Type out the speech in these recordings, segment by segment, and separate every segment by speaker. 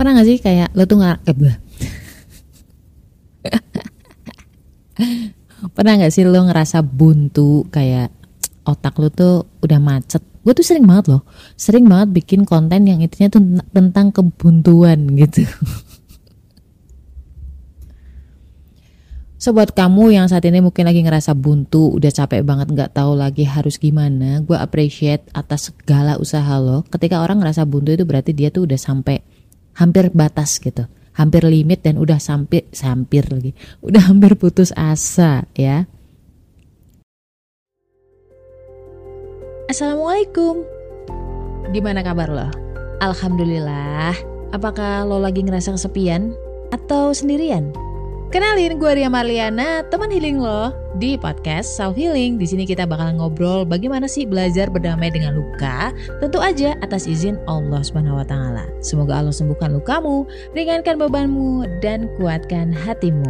Speaker 1: Pernah gak sih kayak lo tuh pernah gak sih lo ngerasa buntu, kayak otak lo tuh udah macet? Gue tuh sering banget bikin konten yang intinya tuh tentang kebuntuan gitu. So buat kamu yang saat ini mungkin lagi ngerasa buntu, udah capek banget, gak tahu lagi harus gimana, gue appreciate atas segala usaha lo. Ketika orang ngerasa buntu itu berarti dia tuh udah sampai hampir batas gitu, hampir limit, dan udah udah hampir putus asa ya. Assalamualaikum, gimana kabar lo? Alhamdulillah. Apakah lo lagi ngerasa kesepian atau sendirian? Kenalin, gue Ria Marliana, teman healing lo di podcast Self Healing. Di sini kita bakal ngobrol bagaimana sih belajar berdamai dengan luka, tentu aja atas izin Allah SWT. Semoga Allah sembuhkan lukamu, ringankan bebanmu, dan kuatkan hatimu.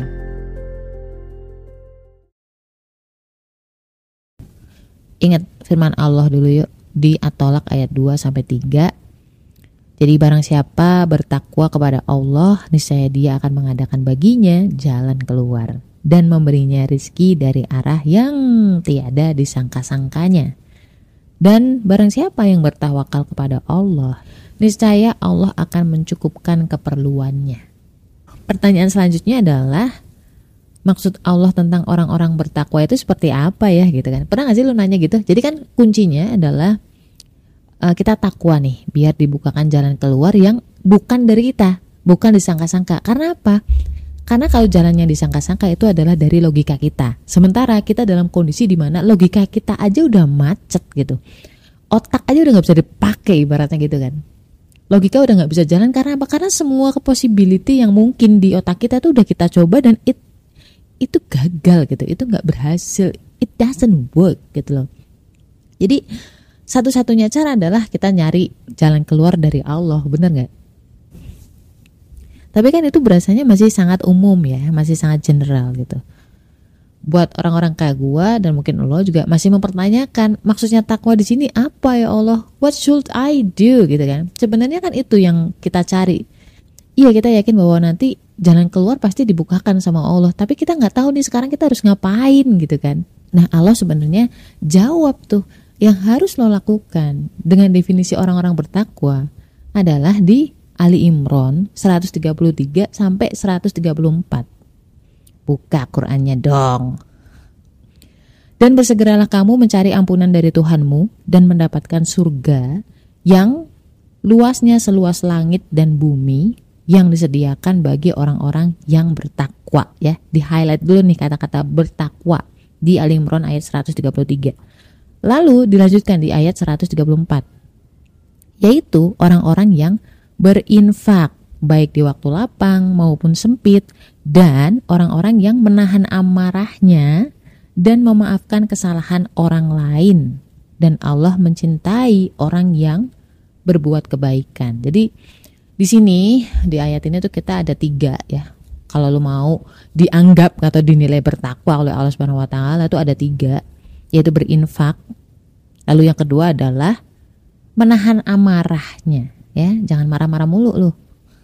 Speaker 1: Ingat firman Allah dulu yuk, di At-Tolak ayat 2-3. Jadi barang siapa bertakwa kepada Allah, niscaya dia akan mengadakan baginya jalan keluar dan memberinya rizki dari arah yang tiada disangka-sangkanya. Dan barang siapa yang bertawakal kepada Allah, niscaya Allah akan mencukupkan keperluannya. Pertanyaan selanjutnya adalah, maksud Allah tentang orang-orang bertakwa itu seperti apa ya gitu kan? Pernah gak sih lu nanya gitu? Jadi kan kuncinya adalah kita takwa nih, biar dibukakan jalan keluar yang bukan dari kita, bukan disangka-sangka. Karena apa? Karena kalau jalannya disangka-sangka itu adalah dari logika kita. Sementara kita dalam kondisi di mana logika kita aja udah macet gitu. Otak aja udah gak bisa dipakai ibaratnya gitu kan. Logika udah gak bisa jalan karena apa? Karena semua possibility yang mungkin di otak kita tuh udah kita coba dan itu gagal gitu. Itu gak berhasil. It doesn't work gitu loh. Jadi satu-satunya cara adalah kita nyari jalan keluar dari Allah, benar gak? Tapi kan itu berasanya masih sangat umum ya, masih sangat general gitu. Buat orang-orang kayak gua dan mungkin Allah juga masih mempertanyakan, maksudnya takwa di sini apa ya Allah? What should I do gitu kan? Sebenarnya kan itu yang kita cari. Iya, kita yakin bahwa nanti jalan keluar pasti dibukakan sama Allah, tapi kita nggak tahu nih sekarang kita harus ngapain gitu kan? Nah, Allah sebenarnya jawab tuh. Yang harus lo lakukan dengan definisi orang-orang bertakwa adalah di Ali Imran 133 sampai 134. Buka Qur'annya dong. Dan bersegeralah kamu mencari ampunan dari Tuhanmu dan mendapatkan surga yang luasnya seluas langit dan bumi yang disediakan bagi orang-orang yang bertakwa ya. Di highlight dulu nih kata-kata bertakwa di Ali Imran ayat 133. Lalu dilanjutkan di ayat 134, yaitu orang-orang yang berinfak baik di waktu lapang maupun sempit, dan orang-orang yang menahan amarahnya dan memaafkan kesalahan orang lain, dan Allah mencintai orang yang berbuat kebaikan. Jadi di sini di ayat ini tuh kita ada 3 ya. Kalau lu mau dianggap atau dinilai bertakwa oleh Allah Subhanahu wa taala itu ada 3. Yaitu berinfak. Lalu yang kedua adalah menahan amarahnya ya, jangan marah-marah mulu lu.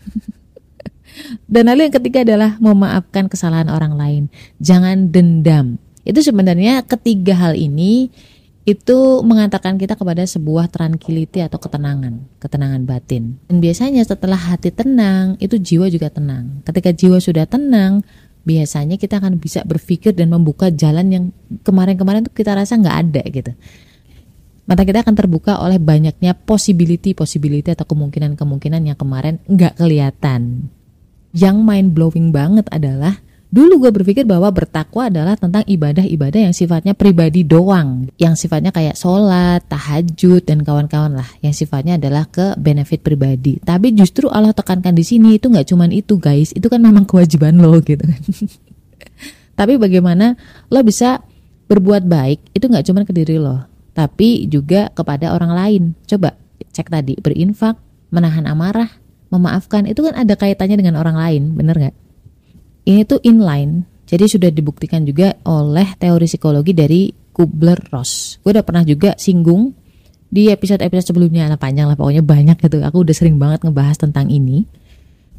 Speaker 1: Dan lalu yang ketiga adalah memaafkan kesalahan orang lain, jangan dendam. Itu sebenarnya ketiga hal ini itu mengatakan kita kepada sebuah tranquility atau ketenangan batin. Dan biasanya setelah hati tenang, itu jiwa juga tenang. Ketika jiwa sudah tenang, biasanya kita akan bisa berpikir dan membuka jalan yang kemarin-kemarin tuh kita rasa nggak ada gitu. Mata kita akan terbuka oleh banyaknya possibility atau kemungkinan yang kemarin nggak kelihatan. Yang mind blowing banget adalah dulu gue berpikir bahwa bertakwa adalah tentang ibadah-ibadah yang sifatnya pribadi doang, yang sifatnya kayak sholat, tahajud dan kawan-kawan lah, yang sifatnya adalah ke benefit pribadi. Tapi justru Allah tekankan di sini itu nggak cuman itu guys, itu kan memang kewajiban lo gitu kan. Tapi bagaimana lo bisa berbuat baik itu nggak cuman ke diri lo, tapi juga kepada orang lain. Coba cek tadi, berinfak, menahan amarah, memaafkan, itu kan ada kaitannya dengan orang lain, bener nggak? Ini tuh inline, jadi sudah dibuktikan juga oleh teori psikologi dari Kubler-Ross. Gue udah pernah juga singgung di episode-episode sebelumnya, lah panjang lah pokoknya banyak gitu. Aku udah sering banget ngebahas tentang ini.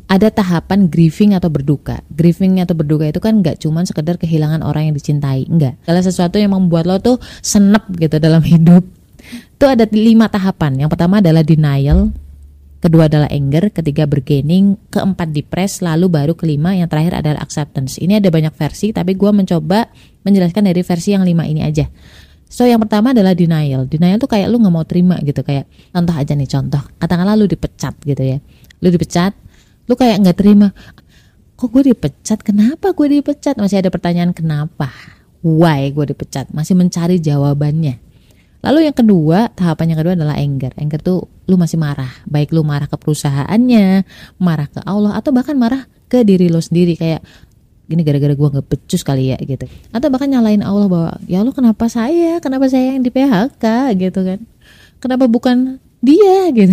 Speaker 1: ada tahapan grieving atau berduka. Grieving atau berduka itu kan nggak cuma sekedar kehilangan orang yang dicintai, enggak. Kalau sesuatu yang membuat lo tuh senep gitu dalam hidup, itu ada 5 tahapan. Yang pertama adalah denial, kedua adalah anger, ketiga bargaining, keempat depress, lalu baru kelima yang terakhir adalah acceptance. Ini ada banyak versi, tapi gue mencoba menjelaskan dari versi yang 5 ini aja. So yang pertama adalah denial. Denial tuh kayak lu nggak mau terima gitu, kayak contoh aja nih, contoh katakanlah lu dipecat gitu ya, lu dipecat, lu kayak nggak terima, kok gue dipecat, kenapa gue dipecat, masih ada pertanyaan kenapa, why gue dipecat, masih mencari jawabannya. Lalu yang kedua, tahapan yang kedua adalah anger. Anger tuh lu masih marah, baik lu marah ke perusahaannya, marah ke Allah, atau bahkan marah ke diri lo sendiri, kayak gini gara-gara gue nggak becus kali ya gitu, atau bahkan nyalain Allah bahwa ya Allah kenapa saya yang di PHK gitu kan, kenapa bukan dia gitu.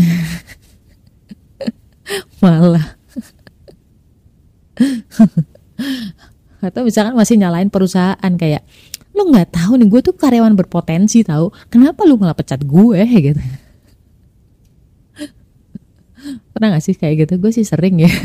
Speaker 1: Malah atau misalkan masih nyalain perusahaan, kayak lu nggak tahu nih gue tuh karyawan berpotensi tahu, kenapa lu malah pecat gue gitu. Pernah nggak sih kayak gitu? Gue sih sering ya.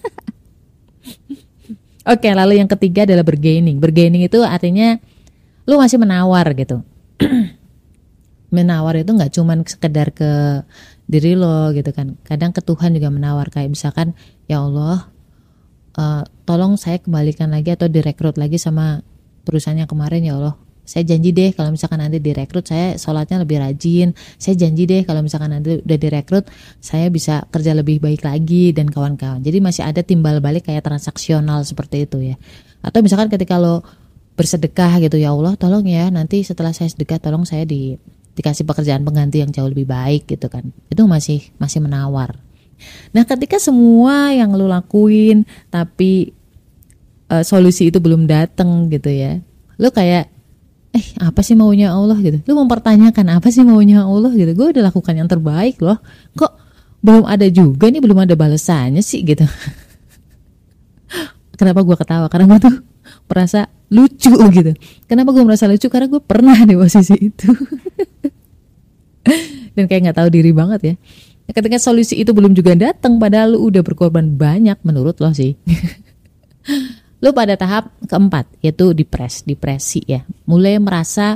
Speaker 1: Oke, lalu yang ketiga adalah bargaining. Bargaining itu artinya lu masih menawar gitu. Menawar itu nggak cuman sekedar ke diri lo gitu kan, kadang ke Tuhan juga menawar, kayak misalkan ya Allah, tolong saya kembalikan lagi atau direkrut lagi sama perusahaan yang kemarin ya Allah. Saya janji deh kalau misalkan nanti direkrut saya sholatnya lebih rajin. Saya janji deh kalau misalkan nanti udah direkrut saya bisa kerja lebih baik lagi dan kawan-kawan. Jadi masih ada timbal balik kayak transaksional seperti itu ya. Atau misalkan ketika lo bersedekah gitu, ya Allah tolong ya nanti setelah saya sedekah tolong saya dikasih pekerjaan pengganti yang jauh lebih baik gitu kan. Itu masih menawar. Nah ketika semua yang lo lakuin tapi solusi itu belum datang gitu ya, lo kayak apa sih maunya Allah gitu. Lu mempertanyakan apa sih maunya Allah gitu. Gue udah lakukan yang terbaik loh, kok belum ada juga nih, belum ada balasannya sih gitu. Kenapa gue ketawa? Karena gue tuh merasa lucu gitu. Kenapa gue merasa lucu? Karena gue pernah di posisi itu. Dan kayak gak tahu diri banget ya. Ketika solusi itu belum juga datang, padahal lu udah berkorban banyak menurut lo sih. Lu pada tahap keempat, yaitu depresi ya. Mulai merasa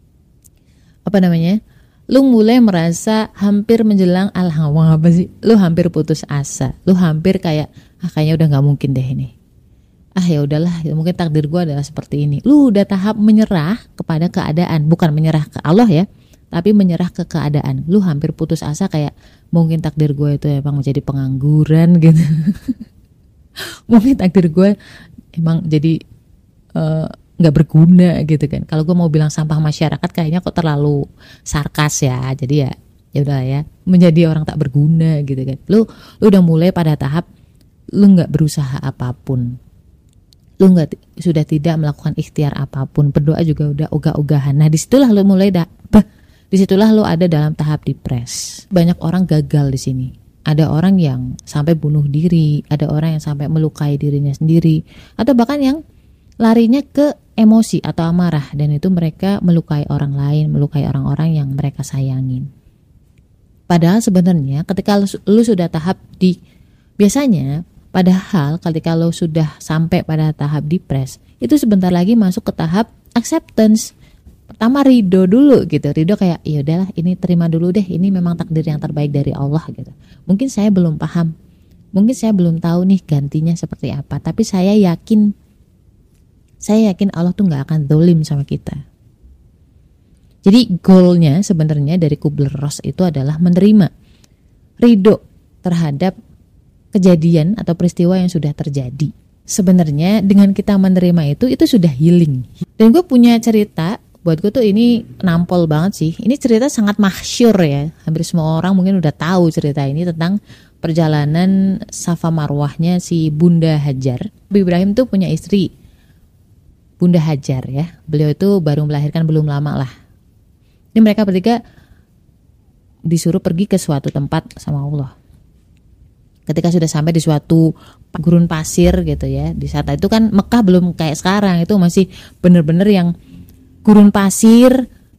Speaker 1: lu mulai merasa hampir menjelang lu hampir putus asa. Lu hampir kayak kayaknya udah nggak mungkin deh ini. Ya udahlah, mungkin takdir gue adalah seperti ini. Lu udah tahap menyerah kepada keadaan, bukan menyerah ke Allah ya, tapi menyerah ke keadaan. Lu hampir putus asa, kayak mungkin takdir gue itu emang menjadi pengangguran gitu. Mungkin takdir gue emang jadi nggak berguna gitu kan. Kalau gue mau bilang sampah masyarakat kayaknya kok terlalu sarkas ya. Jadi ya udah ya, menjadi orang tak berguna gitu kan. Lu udah mulai pada tahap lu nggak berusaha apapun, lu sudah tidak melakukan ikhtiar apapun, berdoa juga udah ogah-ogahan. Nah disitulah lu mulai disitulah lu ada dalam tahap depres. Banyak orang gagal di sini. Ada orang yang sampai bunuh diri, ada orang yang sampai melukai dirinya sendiri, atau bahkan yang larinya ke emosi atau amarah, dan itu mereka melukai orang lain, melukai orang-orang yang mereka sayangin. Padahal sebenarnya ketika lu sudah tahap padahal ketika lu sudah sampai pada tahap depres, itu sebentar lagi masuk ke tahap acceptance. Pertama ridho dulu gitu, ridho kayak ya udahlah ini terima dulu deh, ini memang takdir yang terbaik dari Allah gitu. Mungkin saya belum paham, mungkin saya belum tahu nih gantinya seperti apa, tapi saya yakin Allah tuh nggak akan zalim sama kita. Jadi goalnya sebenarnya dari Kubler-Ross itu adalah menerima, ridho terhadap kejadian atau peristiwa yang sudah terjadi. Sebenarnya dengan kita menerima itu sudah healing. Dan gue punya cerita. Buat gue tuh ini nampol banget sih. Ini cerita sangat masyhur ya. Hampir semua orang mungkin udah tahu cerita ini tentang perjalanan Safa Marwahnya si Bunda Hajar. Nabi Ibrahim tuh punya istri Bunda Hajar ya. Beliau itu baru melahirkan belum lama lah. Ini mereka bertiga disuruh pergi ke suatu tempat sama Allah. Ketika sudah sampai di suatu gurun pasir gitu ya. Di saat itu kan Mekah belum kayak sekarang. Itu masih bener-bener yang gurun pasir,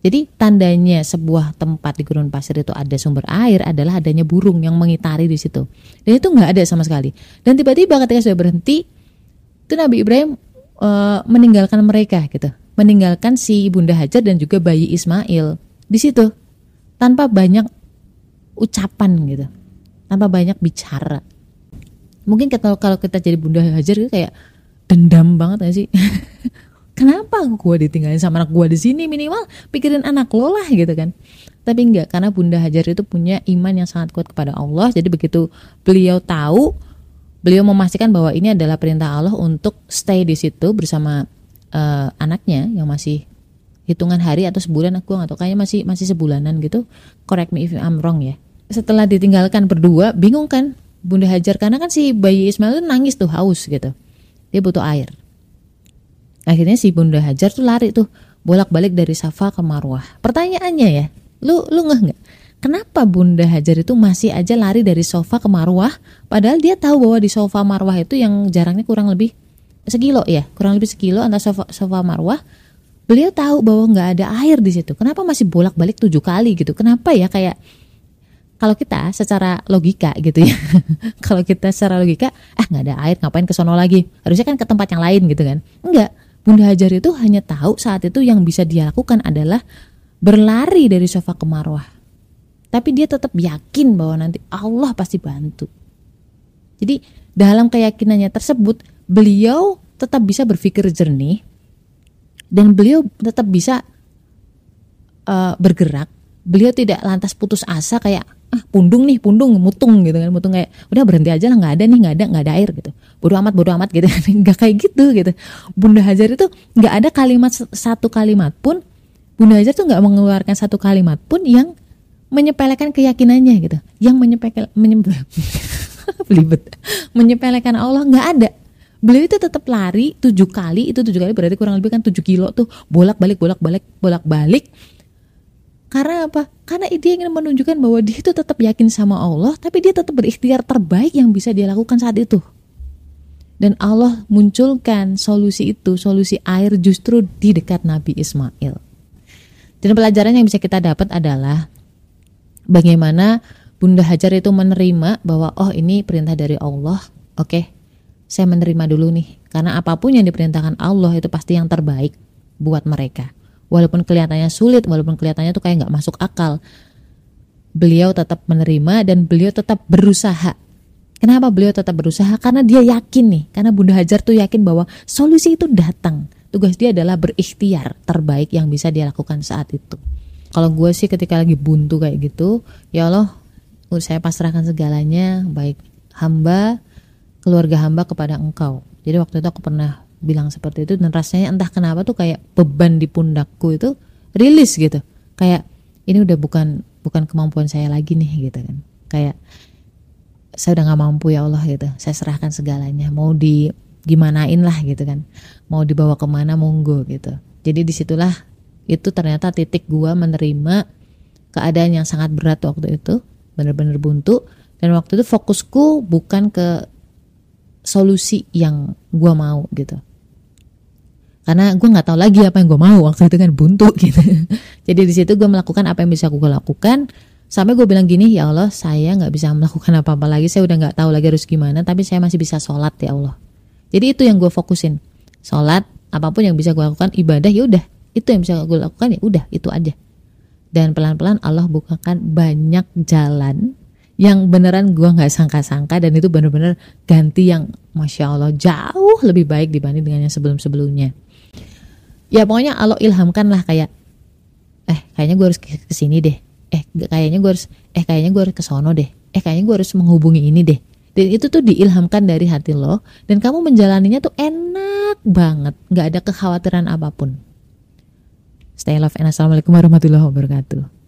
Speaker 1: Jadi tandanya sebuah tempat di gurun pasir itu ada sumber air adalah adanya burung yang mengitari di situ. Dan itu nggak ada sama sekali. Dan tiba-tiba ketika sudah berhenti, itu Nabi Ibrahim meninggalkan mereka gitu, meninggalkan si Bunda Hajar dan juga bayi Ismail di situ tanpa banyak ucapan gitu, tanpa banyak bicara. Mungkin kalau kita jadi Bunda Hajar itu kayak dendam banget gak sih? Kenapa gue ditinggalin sama anak gue di sini, minimal pikirin anak lo lah gitu kan. Tapi enggak, karena Bunda Hajar itu punya iman yang sangat kuat kepada Allah. Jadi begitu beliau tahu, beliau memastikan bahwa ini adalah perintah Allah untuk stay di situ bersama anaknya yang masih hitungan hari atau sebulan, aku nggak tahu, kayaknya masih sebulanan gitu. Correct me if I'm wrong ya. Setelah ditinggalkan berdua, bingung kan Bunda Hajar, karena kan si bayi Ismail itu nangis tuh, haus gitu, dia butuh air. Akhirnya si Bunda Hajar tuh lari tuh bolak-balik dari Safa ke Marwah. Pertanyaannya ya, lu ngeh nggak? Kenapa Bunda Hajar itu masih aja lari dari Safa ke Marwah, padahal dia tahu bahwa di Safa Marwah itu yang jaraknya kurang lebih sekilo ya, kurang lebih sekilo antara Safa Marwah. Beliau tahu bahwa nggak ada air di situ. Kenapa masih bolak-balik 7 kali gitu? Kenapa ya, kayak kalau kita secara logika gitu ya. Kalau kita secara logika, nggak ada air, ngapain ke sono lagi? Harusnya kan ke tempat yang lain gitu kan. Enggak. Bunda Hajar itu hanya tahu saat itu yang bisa dia lakukan adalah berlari dari Safa ke Marwah. Tapi dia tetap yakin bahwa nanti Allah pasti bantu. Jadi dalam keyakinannya tersebut, beliau tetap bisa berpikir jernih dan beliau tetap bisa bergerak. Beliau tidak lantas putus asa kayak pundung mutung gitu kan, mutung kayak udah berhenti aja lah, nggak ada air gitu, bodo amat gitu kan. Nggak kayak gitu. Bunda Hajar itu nggak ada satu kalimat pun, Bunda Hajar tuh nggak mengeluarkan satu kalimat pun yang menyepelekan keyakinannya gitu, yang menyepelekan Allah, nggak ada. Beliau itu tetap lari 7 kali, itu 7 kali berarti kurang lebih kan 7 kilo tuh, bolak-balik. Karena apa? Karena dia ingin menunjukkan bahwa dia itu tetap yakin sama Allah, tapi dia tetap berikhtiar terbaik yang bisa dia lakukan saat itu. Dan Allah munculkan solusi itu, solusi air justru di dekat Nabi Ismail. Dan pelajaran yang bisa kita dapat adalah bagaimana Bunda Hajar itu menerima bahwa ini perintah dari Allah. Oke, saya menerima dulu nih, karena apapun yang diperintahkan Allah itu pasti yang terbaik buat mereka. Walaupun kelihatannya sulit, walaupun kelihatannya tuh kayak nggak masuk akal, beliau tetap menerima dan beliau tetap berusaha. Kenapa beliau tetap berusaha? Karena dia yakin nih, karena Bunda Hajar tuh yakin bahwa solusi itu datang. Tugas dia adalah berikhtiar terbaik yang bisa dia lakukan saat itu. Kalau gue sih ketika lagi buntu kayak gitu, ya Allah, saya pasrahkan segalanya, baik hamba, keluarga hamba kepada Engkau. Jadi waktu itu aku pernah bilang seperti itu, dan rasanya entah kenapa tuh kayak beban di pundakku itu rilis gitu. Kayak ini udah bukan kemampuan saya lagi nih gitu kan. Kayak saya udah gak mampu ya Allah gitu. Saya serahkan segalanya. Mau gimanain lah gitu kan. Mau dibawa kemana monggo gitu. Jadi disitulah itu ternyata titik gua menerima keadaan yang sangat berat waktu itu. Bener-bener buntu. Dan waktu itu fokusku bukan ke solusi yang gua mau gitu. Karena gue nggak tahu lagi apa yang gue mau waktu itu kan, buntu gitu. Jadi di situ gue melakukan apa yang bisa gue lakukan, sampai gue bilang gini, ya Allah, saya nggak bisa melakukan apa-apa lagi, saya udah nggak tahu lagi harus gimana, tapi saya masih bisa sholat ya Allah. Jadi itu yang gue fokusin, sholat, apapun yang bisa gue lakukan, ibadah, ya udah itu yang bisa gue lakukan, ya udah itu aja. Dan pelan-pelan Allah bukakan banyak jalan yang beneran gue nggak sangka-sangka, dan itu bener-bener ganti yang masya Allah jauh lebih baik dibanding dengan yang sebelum-sebelumnya. Ya pokoknya Allah ilhamkan lah, kayak kayaknya gue harus kesini deh, kayaknya gue harus ke sono deh, kayaknya gue harus menghubungi ini deh. Dan itu tuh diilhamkan dari hati lo, dan kamu menjalaninya tuh enak banget, gak ada kekhawatiran apapun. Stay love and assalamualaikum warahmatullahi wabarakatuh.